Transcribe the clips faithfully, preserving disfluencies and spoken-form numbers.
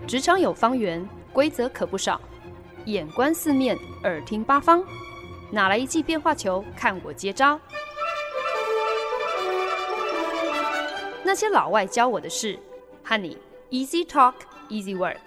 职场有方圆，规则可不少。眼观四面，耳听八方，哪来一记变化球？看我接招！那些老外教我的事，和你 Easy Talk Easy Work。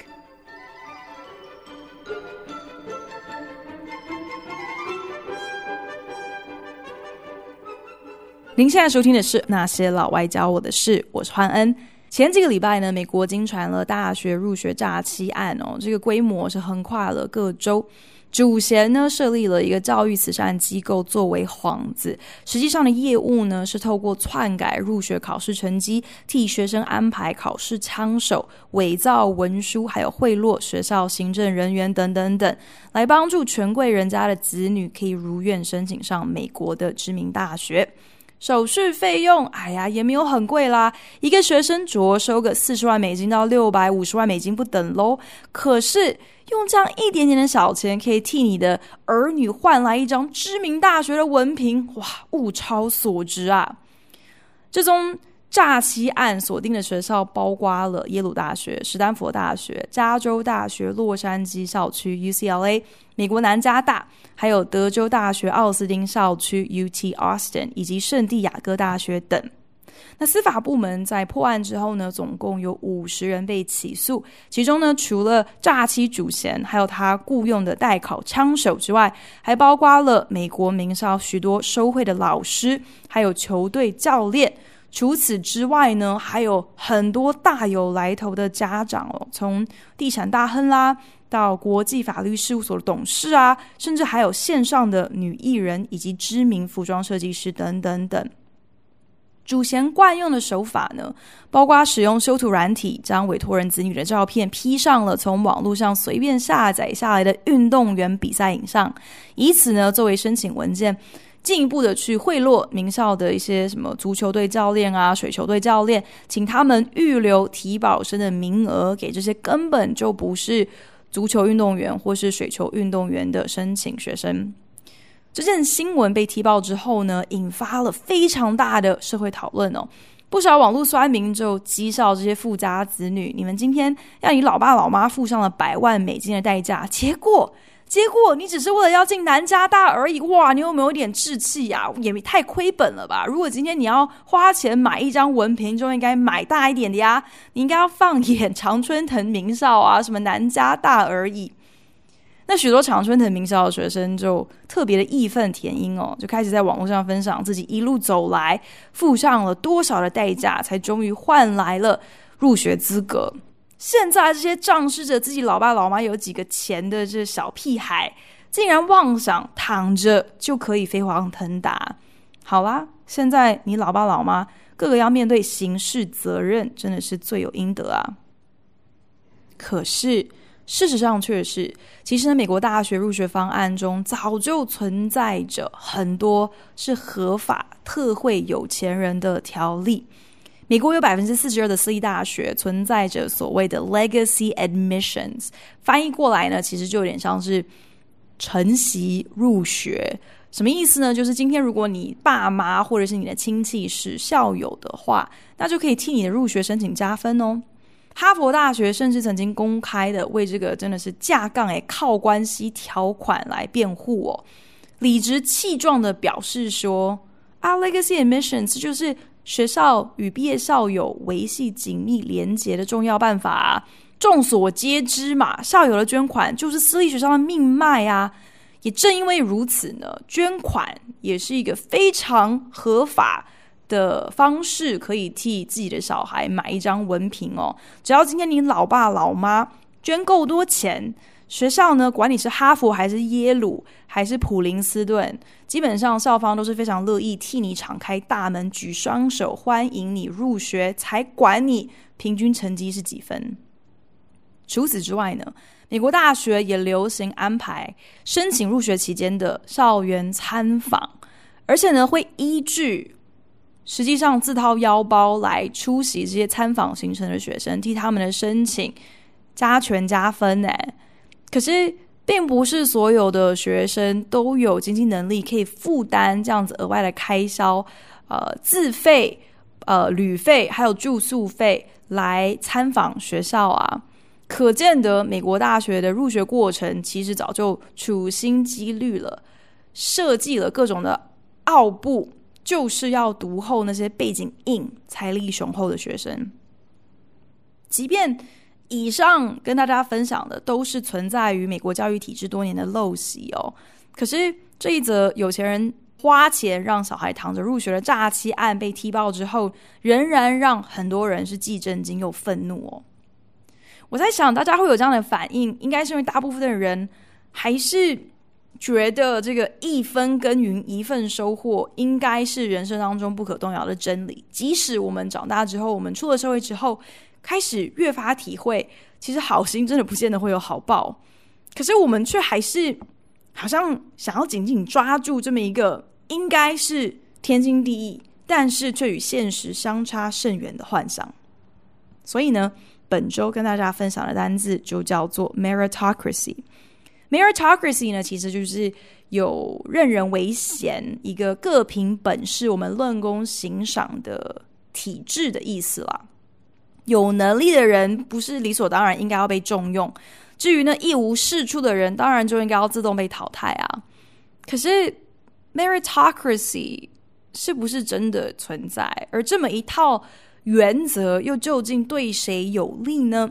您现在收听的是那些老外教我的事，我是焕恩。前几个礼拜呢，美国经传了大学入学诈欺案哦，这个规模是横跨了各州。主嫌呢设立了一个教育慈善机构作为幌子，实际上的业务呢是透过篡改入学考试成绩，替学生安排考试枪手，伪造文书，还有贿赂学校行政人员等等等，来帮助权贵人家的子女可以如愿申请上美国的知名大学。手续费用，哎呀，也没有很贵啦，一个学生着收个四十万美金到六百五十万美金不等咯。可是用这样一点点的小钱，可以替你的儿女换来一张知名大学的文凭，哇，物超所值啊！这宗诈欺案锁定的学校包括了耶鲁大学、史丹佛大学、加州大学洛杉矶校区 U C L A、 美国南加大，还有德州大学奥斯汀校区 U T Austin 以及圣地亚哥大学等。那司法部门在破案之后呢，总共有五十人被起诉，其中呢，除了诈欺主嫌还有他雇用的代考枪手之外，还包括了美国名校许多收贿的老师，还有球队教练。除此之外呢，还有很多大有来头的家长哦，从地产大亨啦，到国际法律事务所的董事啊，甚至还有线上的女艺人以及知名服装设计师等等等。主嫌惯用的手法呢，包括使用修图软体，将委托人子女的照片 P 上了从网络上随便下载下来的运动员比赛影像，以此呢作为申请文件，进一步的去贿赂名校的一些什么足球队教练啊、水球队教练，请他们预留体保生的名额给这些根本就不是足球运动员或是水球运动员的申请学生。这件新闻被踢爆之后呢，引发了非常大的社会讨论哦。不少网络酸民就讥笑这些富家子女，你们今天让你老爸老妈付上了百万美金的代价，结果结果你只是为了要进南加大而已，哇，你有没有点志气啊？也太亏本了吧！如果今天你要花钱买一张文凭，就应该买大一点的呀，你应该要放眼常春藤名校啊，什么南加大而已。那许多常春藤名校的学生就特别的义愤填膺哦，就开始在网络上分享自己一路走来付上了多少的代价，才终于换来了入学资格。现在这些仗势着自己老爸老妈有几个钱的这小屁孩，竟然妄想躺着就可以飞黄腾达。好啦，现在你老爸老妈个个要面对刑事责任，真的是罪有应得啊。可是事实上却是，其实呢，美国大学入学方案中早就存在着很多是合法特惠有钱人的条例。美国有 百分之四十二 的私立大学存在着所谓的 legacy admissions， 翻译过来呢，其实就有点像是承袭入学。什么意思呢？就是今天如果你爸妈或者是你的亲戚是校友的话，那就可以替你的入学申请加分哦。哈佛大学甚至曾经公开的为这个真的是架杠诶靠关系条款来辩护哦，理直气壮的表示说啊 legacy admissions 就是学校与毕业校友维系紧密连结的重要办法啊。众所皆知嘛，校友的捐款就是私立学校的命脉啊。也正因为如此呢，捐款也是一个非常合法的方式，可以替自己的小孩买一张文凭哦。只要今天你老爸老妈捐够多钱，学校呢，管你是哈佛还是耶鲁还是普林斯顿，基本上校方都是非常乐意替你敞开大门，举双手欢迎你入学，才管你平均成绩是几分。除此之外呢，美国大学也流行安排申请入学期间的校园参访，而且呢，会依据实际上自掏腰包来出席这些参访行程的学生，替他们的申请加权加分耶。可是并不是所有的学生都有经济能力可以负担这样子额外的开销，呃，自费、呃旅费还有住宿费来参访学校啊。 可见得美国大学的入学过程其实早就处心积虑了，设计了各种的奥步，就是要读后那些背景硬、财力雄厚的学生。即便以上跟大家分享的都是存在于美国教育体制多年的陋习哦，可是这一则有钱人花钱让小孩躺着入学的诈欺案被踢爆之后，仍然让很多人是既震惊又愤怒哦。我在想大家会有这样的反应，应该是因为大部分的人还是觉得这个一分耕耘一份收获应该是人生当中不可动摇的真理，即使我们长大之后，我们出了社会之后，开始越发体会其实好心真的不见得会有好报，可是我们却还是好像想要紧紧抓住这么一个应该是天经地义，但是却与现实相差甚远的幻想。所以呢，本周跟大家分享的单字就叫做 meritocracy。 meritocracy 呢，其实就是有任人唯贤，一个各凭本事我们论功行赏的体制的意思啦。有能力的人不是理所当然应该要被重用，至于那一无是处的人，当然就应该要自动被淘汰啊。可是 meritocracy 是不是真的存在？而这么一套原则又究竟对谁有利呢？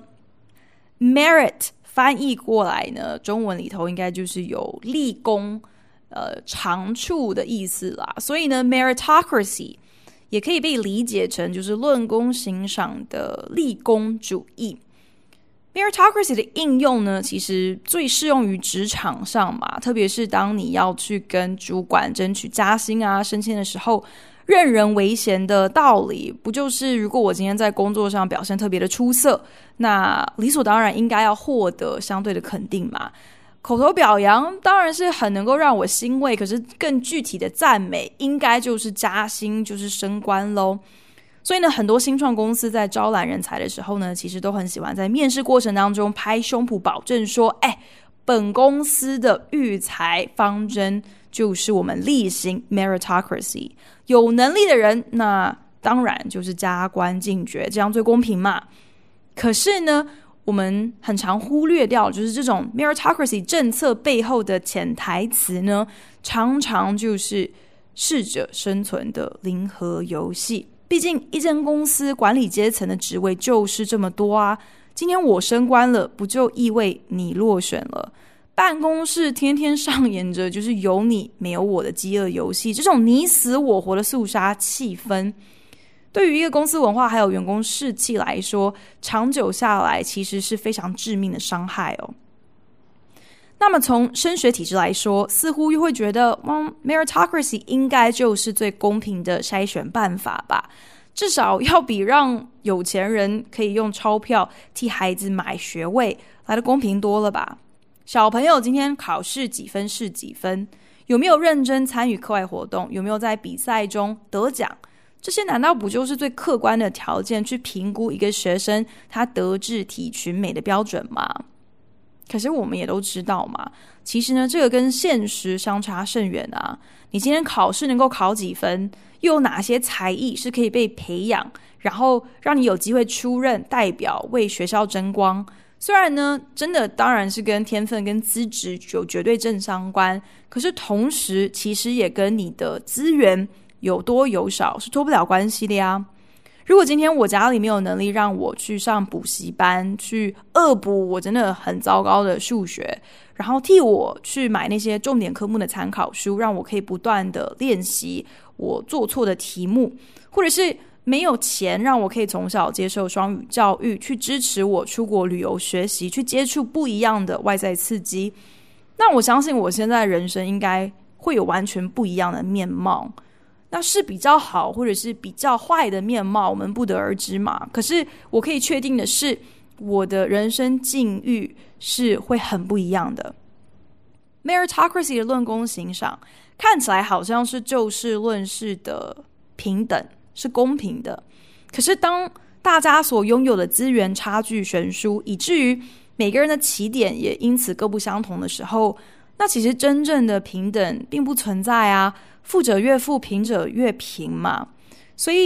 merit 翻译过来呢，中文里头应该就是有立功、呃长处的意思啦。所以呢 meritocracy 也可以被理解成就是论功行赏的立功主义。meritocracy 的应用呢，其实最适用于职场上嘛，特别是当你要去跟主管争取加薪啊、升迁的时候，任人唯贤的道理不就是如果我今天在工作上表现特别的出色，那理所当然应该要获得相对的肯定嘛。口头表扬当然是很能够让我欣慰，可是更具体的赞美应该就是加薪，就是升官咯。所以呢，很多新创公司在招揽人才的时候呢，其实都很喜欢在面试过程当中拍胸脯保证说，哎，本公司的育才方针就是我们厉行 meritocracy， 有能力的人那当然就是加官进爵，这样最公平嘛。可是呢，我们很常忽略掉就是这种 meritocracy 政策背后的潜台词呢，常常就是适者生存的零和游戏。毕竟一间公司管理阶层的职位就是这么多啊，今天我升官了，不就意味你落选了？办公室天天上演着就是有你没有我的饥饿游戏，这种你死我活的肃杀气氛，对于一个公司文化还有员工士气来说，长久下来其实是非常致命的伤害哦。那么从升学体制来说，似乎又会觉得、嗯、meritocracy 应该就是最公平的筛选办法吧，至少要比让有钱人可以用钞票替孩子买学位来的公平多了吧。小朋友今天考试几分是几分，有没有认真参与课外活动，有没有在比赛中得奖，这些难道不就是最客观的条件去评估一个学生他德智体群美的标准吗？可是我们也都知道嘛，其实呢，这个跟现实相差甚远啊。你今天考试能够考几分，又有哪些才艺是可以被培养，然后让你有机会出任代表为学校争光。虽然呢，真的当然是跟天分跟资质有绝对正相关，可是同时其实也跟你的资源有多有少是脱不了关系的呀。如果今天我家里没有能力让我去上补习班，去恶补我真的很糟糕的数学，然后替我去买那些重点科目的参考书，让我可以不断的练习我做错的题目，或者是没有钱让我可以从小接受双语教育，去支持我出国旅游学习，去接触不一样的外在刺激，那我相信我现在的人生应该会有完全不一样的面貌。那是比较好或者是比较坏的面貌，我们不得而知嘛。可是我可以确定的是，我的人生境遇是会很不一样的。meritocracy 的论功行赏看起来好像是就事论事的平等，是公平的。可是当大家所拥有的资源差距悬殊，以至于每个人的起点也因此各不相同的时候，那其实真正的平等并不存在啊，富者越富，贫者越贫嘛。所以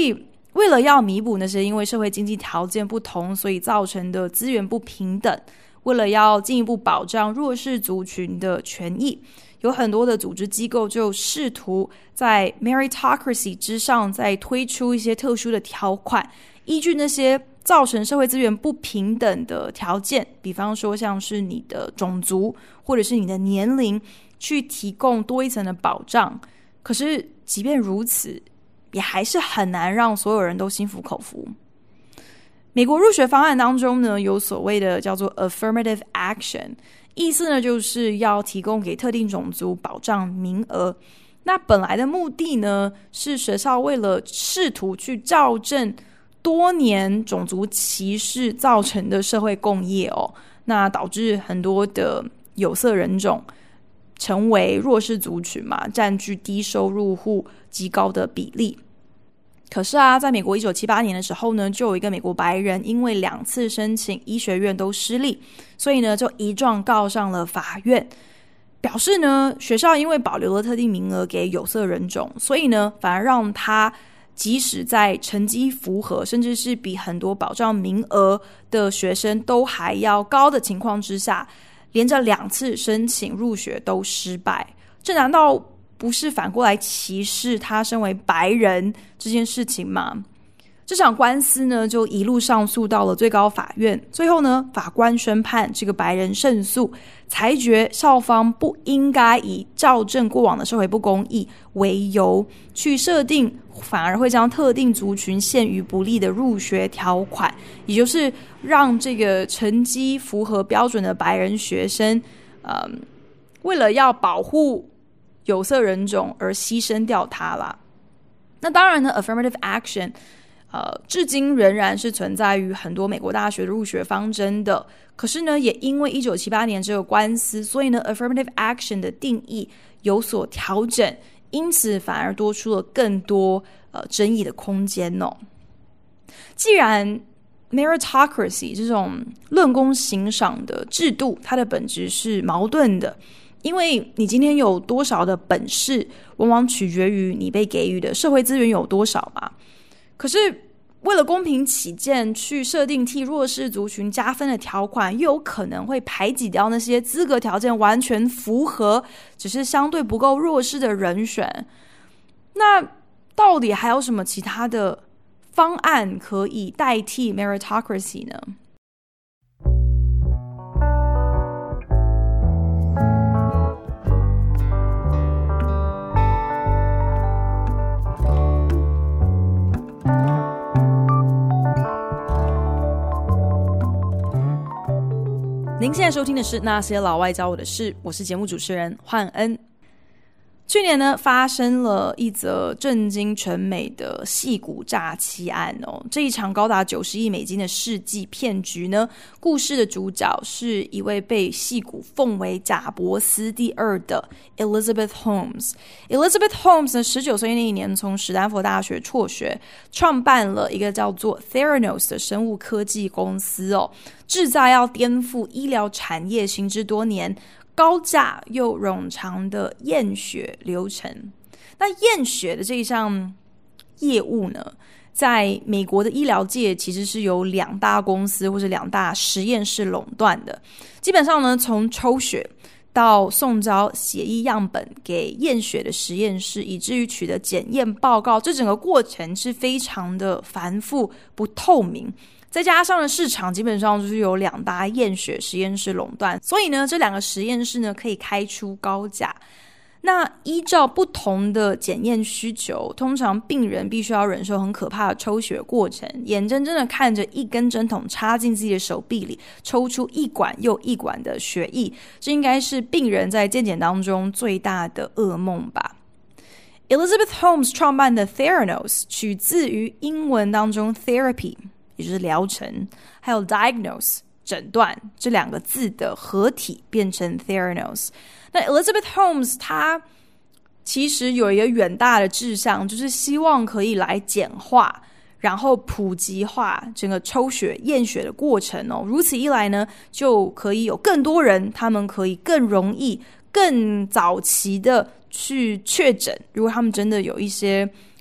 为了要弥补那些因为社会经济条件不同所以造成的资源不平等，为了要进一步保障弱势族群的权益，有很多的组织机构就试图在 meritocracy 之上再推出一些特殊的条款，依据那些造成社会资源不平等的条件，比方说像是你的种族或者是你的年龄，去提供多一层的保障。可是即便如此，也还是很难让所有人都心服口服。美国入学方案当中呢，有所谓的叫做 affirmative action， 意思呢就是要提供给特定种族保障名额。那本来的目的呢，是学校为了试图去校正多年种族歧视造成的社会共业哦，那导致很多的有色人种成为弱势族群嘛，占据低收入户极高的比例。可是啊，在美国一九七八年的时候呢，就有一个美国白人因为两次申请医学院都失利，所以呢就一状告上了法院，表示呢学校因为保留了特定名额给有色人种，所以呢反而让他即使在成绩符合，甚至是比很多保障名额的学生都还要高的情况之下，连着两次申请入学都失败。这难道不是反过来歧视他身为白人这件事情吗？这场官司呢就一路上诉到了最高法院，最后呢法官宣判这个白人胜诉，裁决校方不应该以校正过往的社会不公义为由去设定反而会将特定族群陷于不利的入学条款，也就是让这个成绩符合标准的白人学生嗯，为了要保护有色人种而牺牲掉它啦。那当然呢 affirmative action 呃，至今仍然是存在于很多美国大学的入学方针的。可是呢，也因为一九七八年这个官司，所以呢 affirmative action 的定义有所调整，因此反而多出了更多呃争议的空间哦。既然 meritocracy 这种论功行赏的制度，它的本质是矛盾的，因为你今天有多少的本事，往往取决于你被给予的社会资源有多少嘛。可是为了公平起见，去设定替弱势族群加分的条款，又有可能会排挤掉那些资格条件完全符合，只是相对不够弱势的人选。那到底还有什么其他的方案可以代替 meritocracy 呢？您现在收听的是那些老外教我的事，我是节目主持人焕恩。去年呢，发生了一则震惊全美的矽谷诈欺案哦。这一场高达九十亿美金的世纪骗局呢，故事的主角是一位被矽谷奉为贾伯斯第二的 Elizabeth Holmes。Elizabeth Holmes 呢，十九岁那一年从史丹佛大学辍学，创办了一个叫做 Theranos 的生物科技公司哦，志在要颠覆医疗产业行之多年高价又冗长的验血流程。那验血的这一项业务呢，在美国的医疗界其实是由两大公司或者两大实验室垄断的。基本上呢，从抽血到送交血液样本给验血的实验室，以至于取得检验报告，这整个过程是非常的繁复不透明。再加上呢，市场基本上就是由两大验血实验室垄断，所以呢，这两个实验室呢可以开出高价。那依照不同的检验需求，通常病人必须要忍受很可怕的抽血过程，眼睁睁的看着一根针筒插进自己的手臂里，抽出一管又一管的血液，这应该是病人在健检当中最大的噩梦吧。Elizabeth Holmes 创办的 Theranos 取自于英文当中 therapy，也就是疗程，还有 diagnose 诊断这两个字的合体变成 Theranos。 那 Elizabeth Holmes 她其实有一个远大的志向，就是希望可以来简化然后普及化整个抽血验血的过程哦。如此一来呢，就可以有更多人他们可以更容易更早期的去确诊，如果他们真的有一些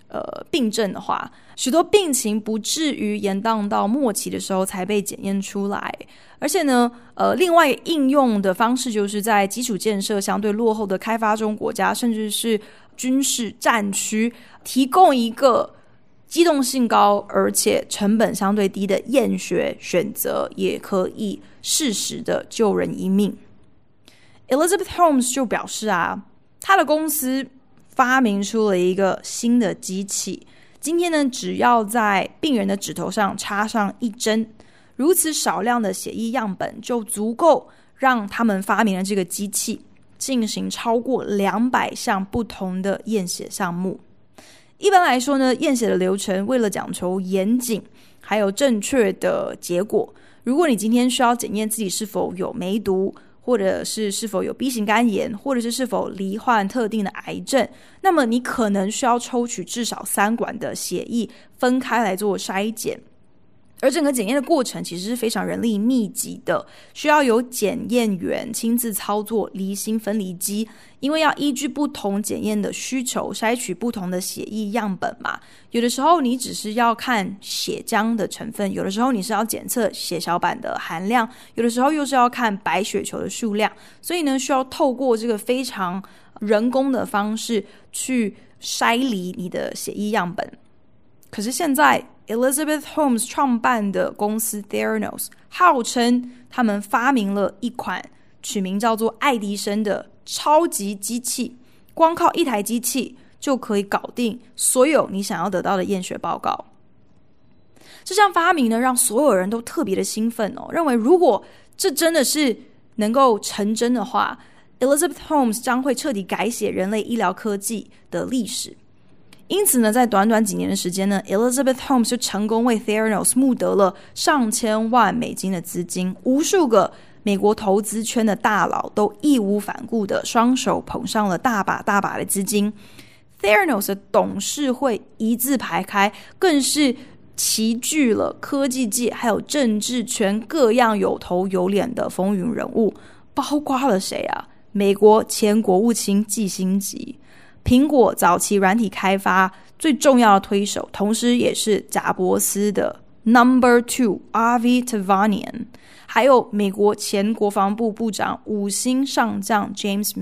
呃病症的话，许多病情不至于延宕到末期的时候才被检验出来。而且呢，呃，另外应用的方式就是在基础建设相对落后的开发中国家，甚至是军事战区，提供一个机动性高而且成本相对低的验血选择，也可以适时的救人一命。Elizabeth Holmes 就表示啊，他的公司发明出了一个新的机器，今天呢，只要在病人的指头上插上一针，如此少量的血液样本就足够让他们发明了这个机器进行超过两百项不同的验血项目。一般来说呢，验血的流程为了讲求严谨还有正确的结果，如果你今天需要检验自己是否有梅毒，或者是是否有 B 型肝炎，或者是是否罹患特定的癌症，那么你可能需要抽取至少三管的血液分开来做筛检。而整个检验的过程其实是非常人力密集的，需要有检验员亲自操作离心分离机，因为要依据不同检验的需求筛取不同的血液样本嘛。有的时候你只是要看血浆的成分，有的时候你是要检测血小板的含量，有的时候又是要看白血球的数量，所以呢，需要透过这个非常人工的方式去筛离你的血液样本。可是现在Elizabeth Holmes 创办的公司 Theranos 号称他们发明了一款取名叫做爱迪生的超级机器，光靠一台机器就可以搞定所有你想要得到的验血报告。这项发明呢，让所有人都特别的兴奋哦，认为如果这真的是能够成真的话， Elizabeth Holmes 将会彻底改写人类医疗科技的历史。因此呢，在短短几年的时间呢， Elizabeth Holmes 就成功为 Theranos 募得了上千万美金的资金，无数个美国投资圈的大佬都义无反顾的双手捧上了大把大把的资金。 Theranos 的董事会一字排开，更是齐聚了科技界还有政治圈各样有头有脸的风云人物，包括了谁啊？美国前国务卿季辛吉，苹果早期软体开发最重要的推手，同时也是贾伯斯的 Number Two Avi Tevanian， 还有美国前国防部部长五星上将 James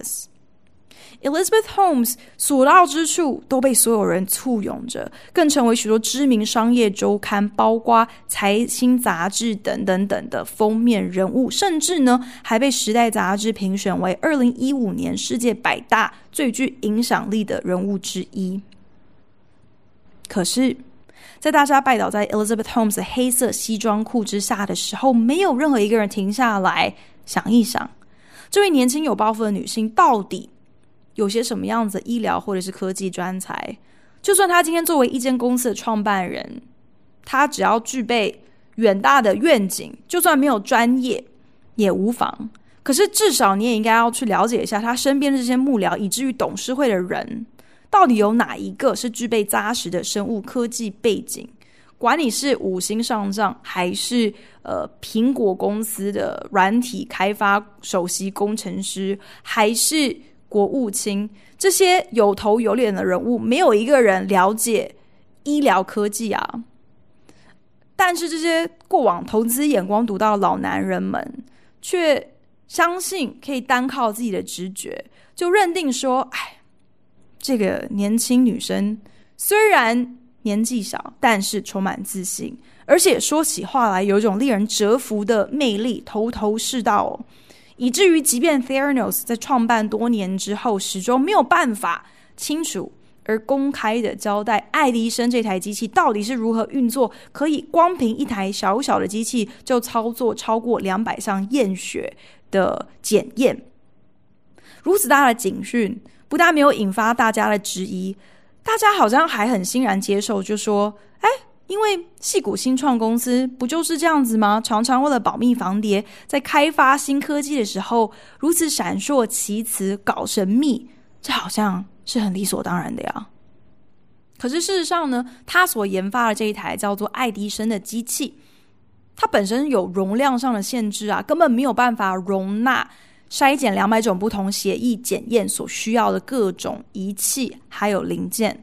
Mattis。Elizabeth Holmes 所到之处都被所有人簇拥着，更成为许多知名商业周刊，包括财经杂志等等等的封面人物，甚至呢还被时代杂志评选为二零一五年世界百大最具影响力的人物之一。可是在大家拜倒在 Elizabeth Holmes 的黑色西装裤之下的时候，没有任何一个人停下来想一想，这位年轻有抱负的女性到底有些什么样子的医疗或者是科技专才。就算他今天作为一间公司的创办人，他只要具备远大的愿景，就算没有专业也无妨。可是至少你也应该要去了解一下他身边的这些幕僚以至于董事会的人，到底有哪一个是具备扎实的生物科技背景。管你是五星上将还是呃苹果公司的软体开发首席工程师，还是国务卿，这些有头有脸的人物，没有一个人了解医疗科技啊。但是这些过往投资眼光独到的老男人们，却相信可以单靠自己的直觉，就认定说，哎，这个年轻女生虽然年纪小，但是充满自信，而且说起话来有一种令人折服的魅力，头头是道哦。以至于即便 Theranos 在创办多年之后，始终没有办法清楚而公开的交代爱迪生这台机器到底是如何运作，可以光凭一台小小的机器就操作超过两百项验血的检验。如此大的警讯不但没有引发大家的质疑，大家好像还很欣然接受，就说哎，因为矽谷新创公司不就是这样子吗？常常为了保密防谍，在开发新科技的时候如此闪烁其词，搞神秘，这好像是很理所当然的呀。可是事实上呢，他所研发的这一台叫做爱迪生的机器，它本身有容量上的限制啊，根本没有办法容纳筛检两百种不同血液检验所需要的各种仪器还有零件。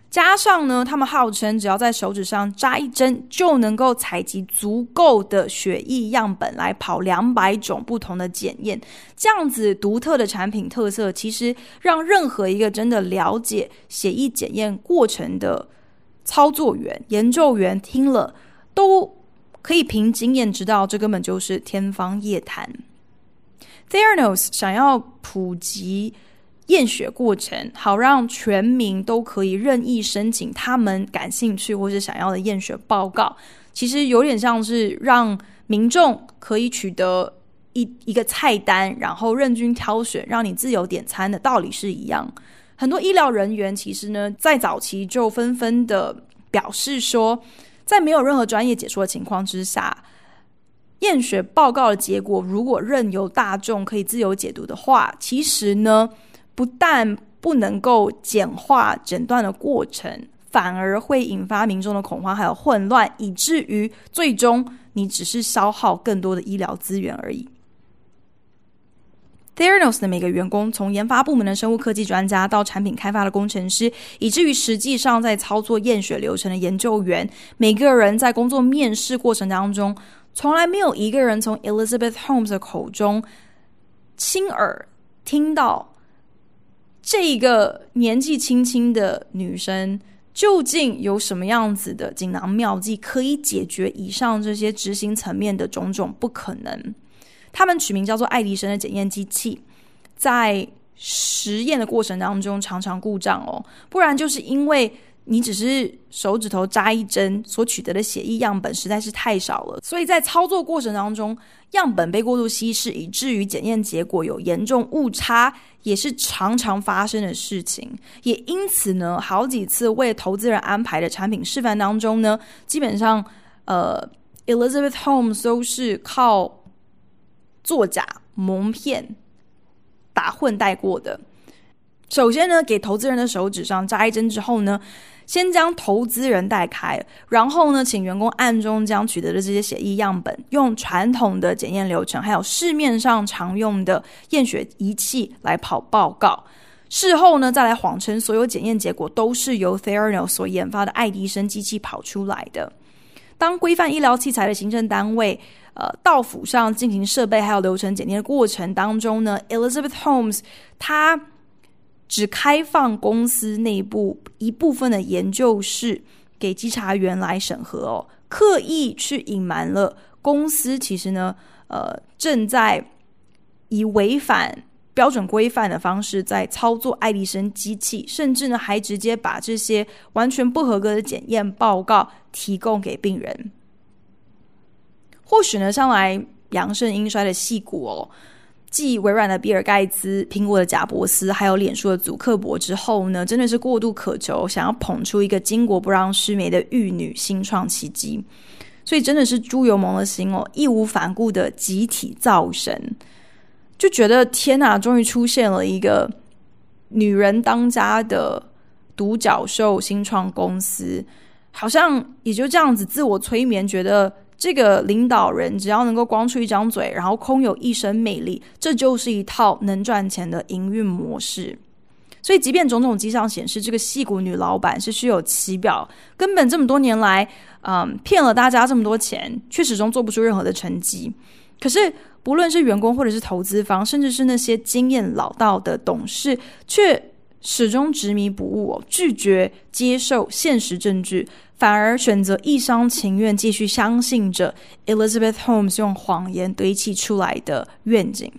加上呢，他们号称只要在手指上扎一针，就能够采集足够的血液样本来跑两百种不同的检验。这样子独特的产品特色，其实让任何一个真的了解血液检验过程的操作员、研究员听了，都可以凭经验知道，这根本就是天方夜谭。Theranos 想要普及验血过程，好让全民都可以任意申请他们感兴趣或是想要的验血报告，其实有点像是让民众可以取得一一个菜单，然后任君挑选，让你自由点餐的道理是一样。很多医疗人员其实呢，在早期就纷纷的表示说，在没有任何专业解说的情况之下，验血报告的结果如果任由大众可以自由解读的话，其实呢不但不能够简化诊断的过程，反而会引发民众的恐慌还有混乱，以至于最终你只是消耗更多的医疗资源而已。Theranos 的每个员工，从研发部门的生物科技专家到产品开发的工程师，以至于实际上在操作验血流程的研究员，每个人在工作面试过程当中，从来没有一个人从 Elizabeth Holmes 的口中亲耳听到这个年纪轻轻的女生究竟有什么样子的锦囊妙计可以解决以上这些执行层面的种种不可能。他们取名叫做爱迪生的检验机器，在实验的过程当中常常故障哦，不然就是因为你只是手指头扎一针，所取得的血液样本实在是太少了，所以在操作过程当中，样本被过度稀释，以至于检验结果有严重误差，也是常常发生的事情。也因此呢，好几次为投资人安排的产品示范当中呢，基本上呃 Elizabeth Holmes 都是靠作假、蒙骗、打混带过的。首先呢，给投资人的手指上扎一针之后呢，先将投资人带开，然后呢，请员工暗中将取得的这些血液样本，用传统的检验流程，还有市面上常用的验血仪器来跑报告。事后呢，再来谎称所有检验结果都是由 Theranos 所研发的爱迪生机器跑出来的。当规范医疗器材的行政单位呃，到府上进行设备还有流程检验的过程当中呢， Elizabeth Holmes 她只开放公司内部一部分的研究室给稽查员来审核哦，刻意去隐瞒了公司其实呢，呃，正在以违反标准规范的方式在操作爱迪生机器，甚至呢还直接把这些完全不合格的检验报告提供给病人。或许呢，向来阳盛阴衰的矽谷哦，继微软的比尔盖茨、苹果的贾伯斯还有脸书的祖克伯之后呢，真的是过度渴求，想要捧出一个巾帼不让须眉的玉女新创奇迹，所以真的是猪油蒙了心哦，义无反顾的集体造神，就觉得天哪，终于出现了一个女人当家的独角兽新创公司，好像也就这样子自我催眠，觉得这个领导人只要能够光出一张嘴，然后空有一身魅力，这就是一套能赚钱的营运模式。所以即便种种迹象显示这个矽谷女老板是虚有其表，根本这么多年来嗯，骗了大家这么多钱，却始终做不出任何的成绩。可是不论是员工或者是投资方，甚至是那些经验老道的董事，却始终执迷不悟、哦、拒绝接受现实证据，反而选择一厢情愿继续相信着 Elizabeth Holmes 用谎言堆砌出来的愿景。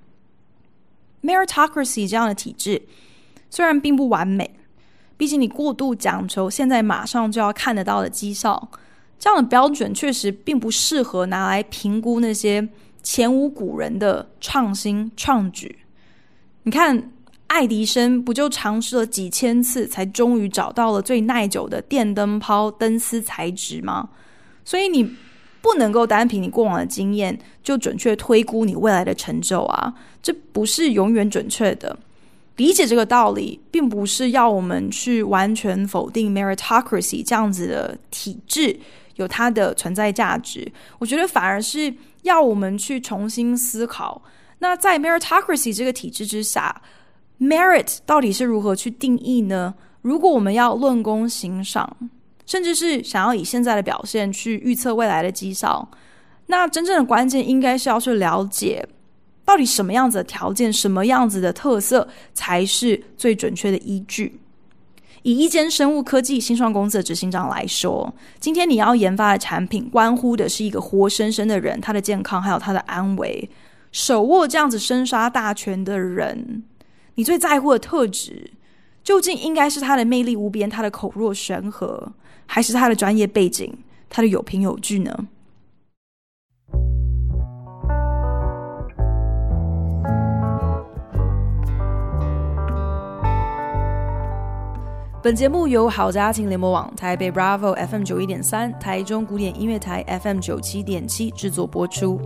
Meritocracy 这样的体制虽然并不完美，毕竟你过度讲求现在马上就要看得到的绩效，这样的标准确实并不适合拿来评估那些前无古人的创新创举。你看爱迪生不就尝试了几千次才终于找到了最耐久的电灯泡灯丝材质吗？所以你不能够单凭你过往的经验就准确推估你未来的成就啊，这不是永远准确的。理解这个道理并不是要我们去完全否定 meritocracy 这样子的体制有它的存在价值，我觉得反而是要我们去重新思考，那在 meritocracy 这个体制之下， merit 到底是如何去定义呢？ 如果我们要论功行赏，甚至是想要以现在的表现去预测未来的绩效，那真正的关键应该是要去了解到底什么样子的条件，什么样子的特色才是最准确的依据。以一间生物科技新创公司的执行长来说，今天你要研发的产品关乎的是一个活生生的人，他的健康还有他的安危。手握这样子生杀大权的人，你最在乎的特质究竟应该是他的魅力无边，他的口若悬河，还是他的专业背景，他的有凭有据呢？本节目由好家庭联播网、台北 Bravo F M 九一点三、台中古典音乐台 F M 九七点七制作播出。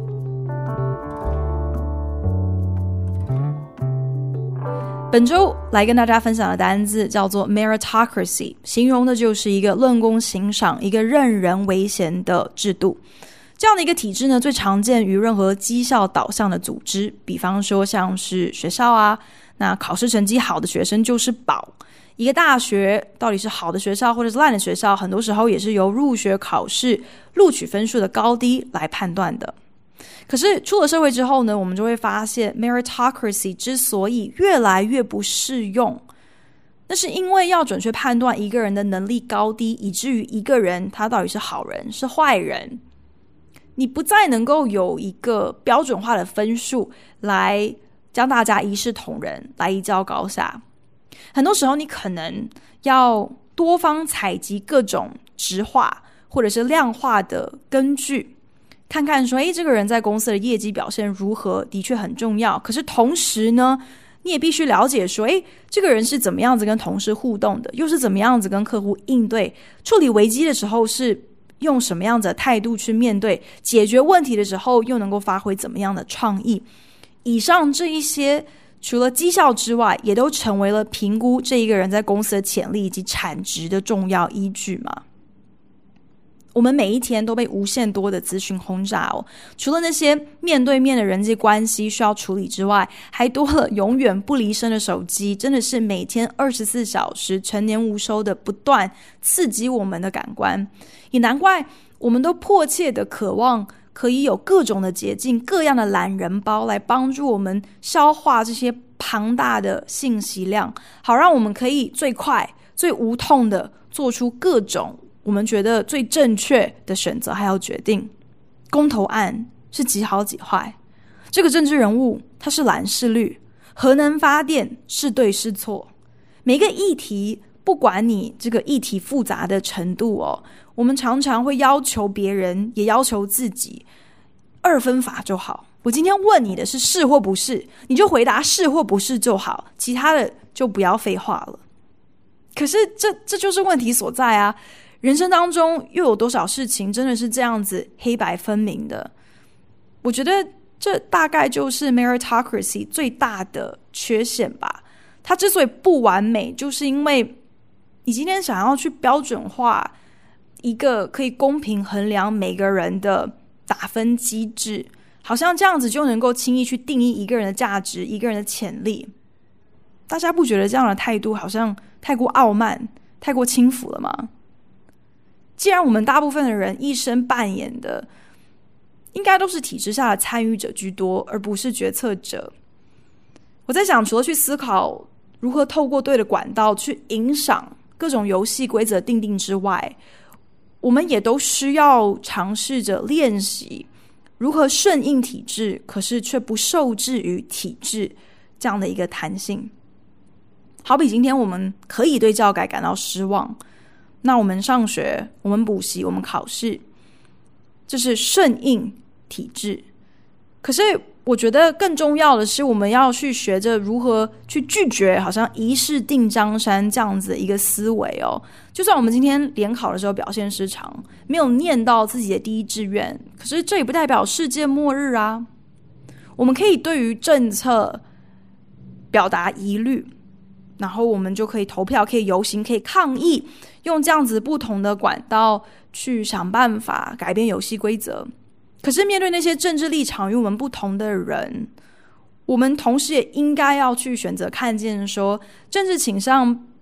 本周来跟大家分享的单字叫做 meritocracy， 形容的就是一个论功行赏、一个任人唯贤的制度。这样的一个体制呢，最常见于任何绩效导向的组织，比方说像是学校啊，那考试成绩好的学生就是宝。一个大学到底是好的学校或者是烂的学校，很多时候也是由入学考试录取分数的高低来判断的。可是出了社会之后呢，我们就会发现 meritocracy 之所以越来越不适用，那是因为要准确判断一个人的能力高低，以至于一个人他到底是好人是坏人，你不再能够有一个标准化的分数来将大家一视同仁，来一较高下。很多时候你可能要多方采集各种质化或者是量化的根据，看看说诶，这个人在公司的业绩表现如何，的确很重要。可是同时呢，你也必须了解说诶，这个人是怎么样子跟同事互动的，又是怎么样子跟客户应对，处理危机的时候是用什么样子的态度去面对，解决问题的时候又能够发挥怎么样的创意。以上这一些除了绩效之外，也都成为了评估这一个人在公司的潜力以及产值的重要依据嘛。我们每一天都被无限多的资讯轰炸哦，除了那些面对面的人际关系需要处理之外，还多了永远不离身的手机，真的是每天二十四小时陈年无收的不断刺激我们的感官。也难怪我们都迫切的渴望可以有各种的捷径，各样的懒人包来帮助我们消化这些庞大的信息量，好让我们可以最快最无痛的做出各种我们觉得最正确的选择还有决定。公投案是几好几坏，这个政治人物他是蓝是绿，核能发电是对是错，每个议题不管你这个议题复杂的程度哦，我们常常会要求别人也要求自己二分法就好。我今天问你的是是或不是，你就回答是或不是就好，其他的就不要废话了。可是这这就是问题所在啊！人生当中又有多少事情真的是这样子黑白分明的？我觉得这大概就是 meritocracy 最大的缺陷吧。它之所以不完美，就是因为你今天想要去标准化一个可以公平衡量每个人的打分机制，好像这样子就能够轻易去定义一个人的价值，一个人的潜力。大家不觉得这样的态度好像太过傲慢，太过轻浮了吗？既然我们大部分的人一生扮演的应该都是体制下的参与者居多，而不是决策者，我在想除了去思考如何透过对的管道去影响各种游戏规则定定之外，我们也都需要尝试着练习如何顺应体制，可是却不受制于体制这样的一个弹性。好比今天我们可以对教改感到失望，那我们上学，我们补习，我们考试，这是顺应体制。可是我觉得更重要的是，我们要去学着如何去拒绝好像一试定江山这样子的一个思维哦。就算我们今天联考的时候表现失常，没有念到自己的第一志愿，可是这也不代表世界末日啊。我们可以对于政策表达疑虑，然后我们就可以投票，可以游行，可以抗议，用这样子不同的管道去想办法改变游戏规则。可是面对那些政治立场与我们不同的人，我们同时也应该要去选择看见说，政治倾向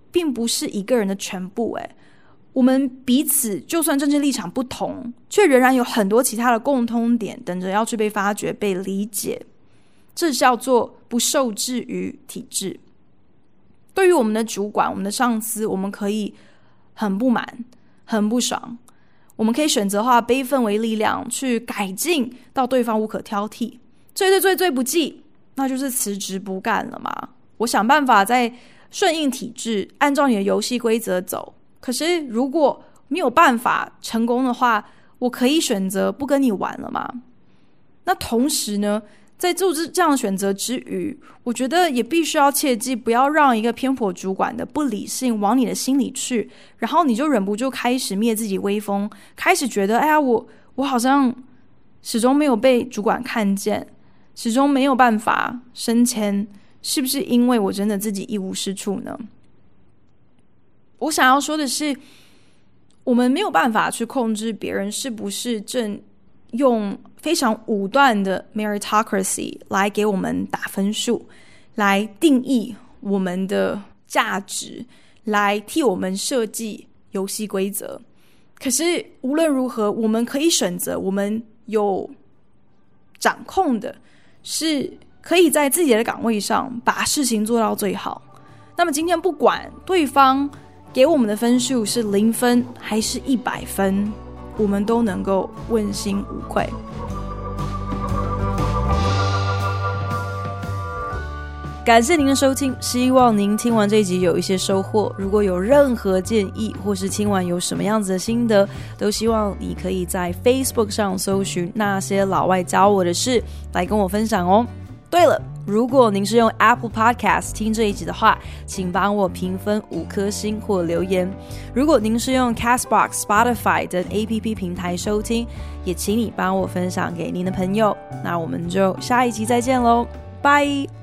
并不是一个人的全部诶，我们彼此就算政治立场不同，却仍然有很多其他的共通点等着要去被发掘、被理解。这叫做不受制于体制。对于我们的主管、我们的上司，我们可以很不满、很不爽，我们可以选择化悲愤为力量去改进到对方无可挑剔。最最最最不济，那就是辞职不干了嘛。我想办法再顺应体制，按照你的游戏规则走。可是如果没有办法成功的话，我可以选择不跟你玩了嘛。那同时呢，在做这样的选择之余，我觉得也必须要切记，不要让一个偏颇主管的不理性往你的心里去，然后你就忍不住开始灭自己威风，开始觉得哎呀，我我好像始终没有被主管看见，始终没有办法升迁，是不是因为我真的自己一无是处呢？我想要说的是，我们没有办法去控制别人是不是正用非常武断的 meritocracy 来给我们打分数，来定义我们的价值，来替我们设计游戏规则。可是无论如何，我们可以选择，我们有掌控的是可以在自己的岗位上把事情做到最好。那么今天不管对方给我们的分数是零分还是一百分，我们都能够问心无愧。感谢您的收听，希望您听完这一集有一些收获。如果有任何建议，或是听完有什么样子的心得，都希望你可以在 Facebook 上搜寻那些老外教我的事来跟我分享哦。对了，如果您是用 Apple Podcast 听这一集的话，请帮我评分五颗星或留言。如果您是用 Castbox、Spotify 等 A P P 平台收听，也请你帮我分享给您的朋友。那我们就下一集再见咯，拜。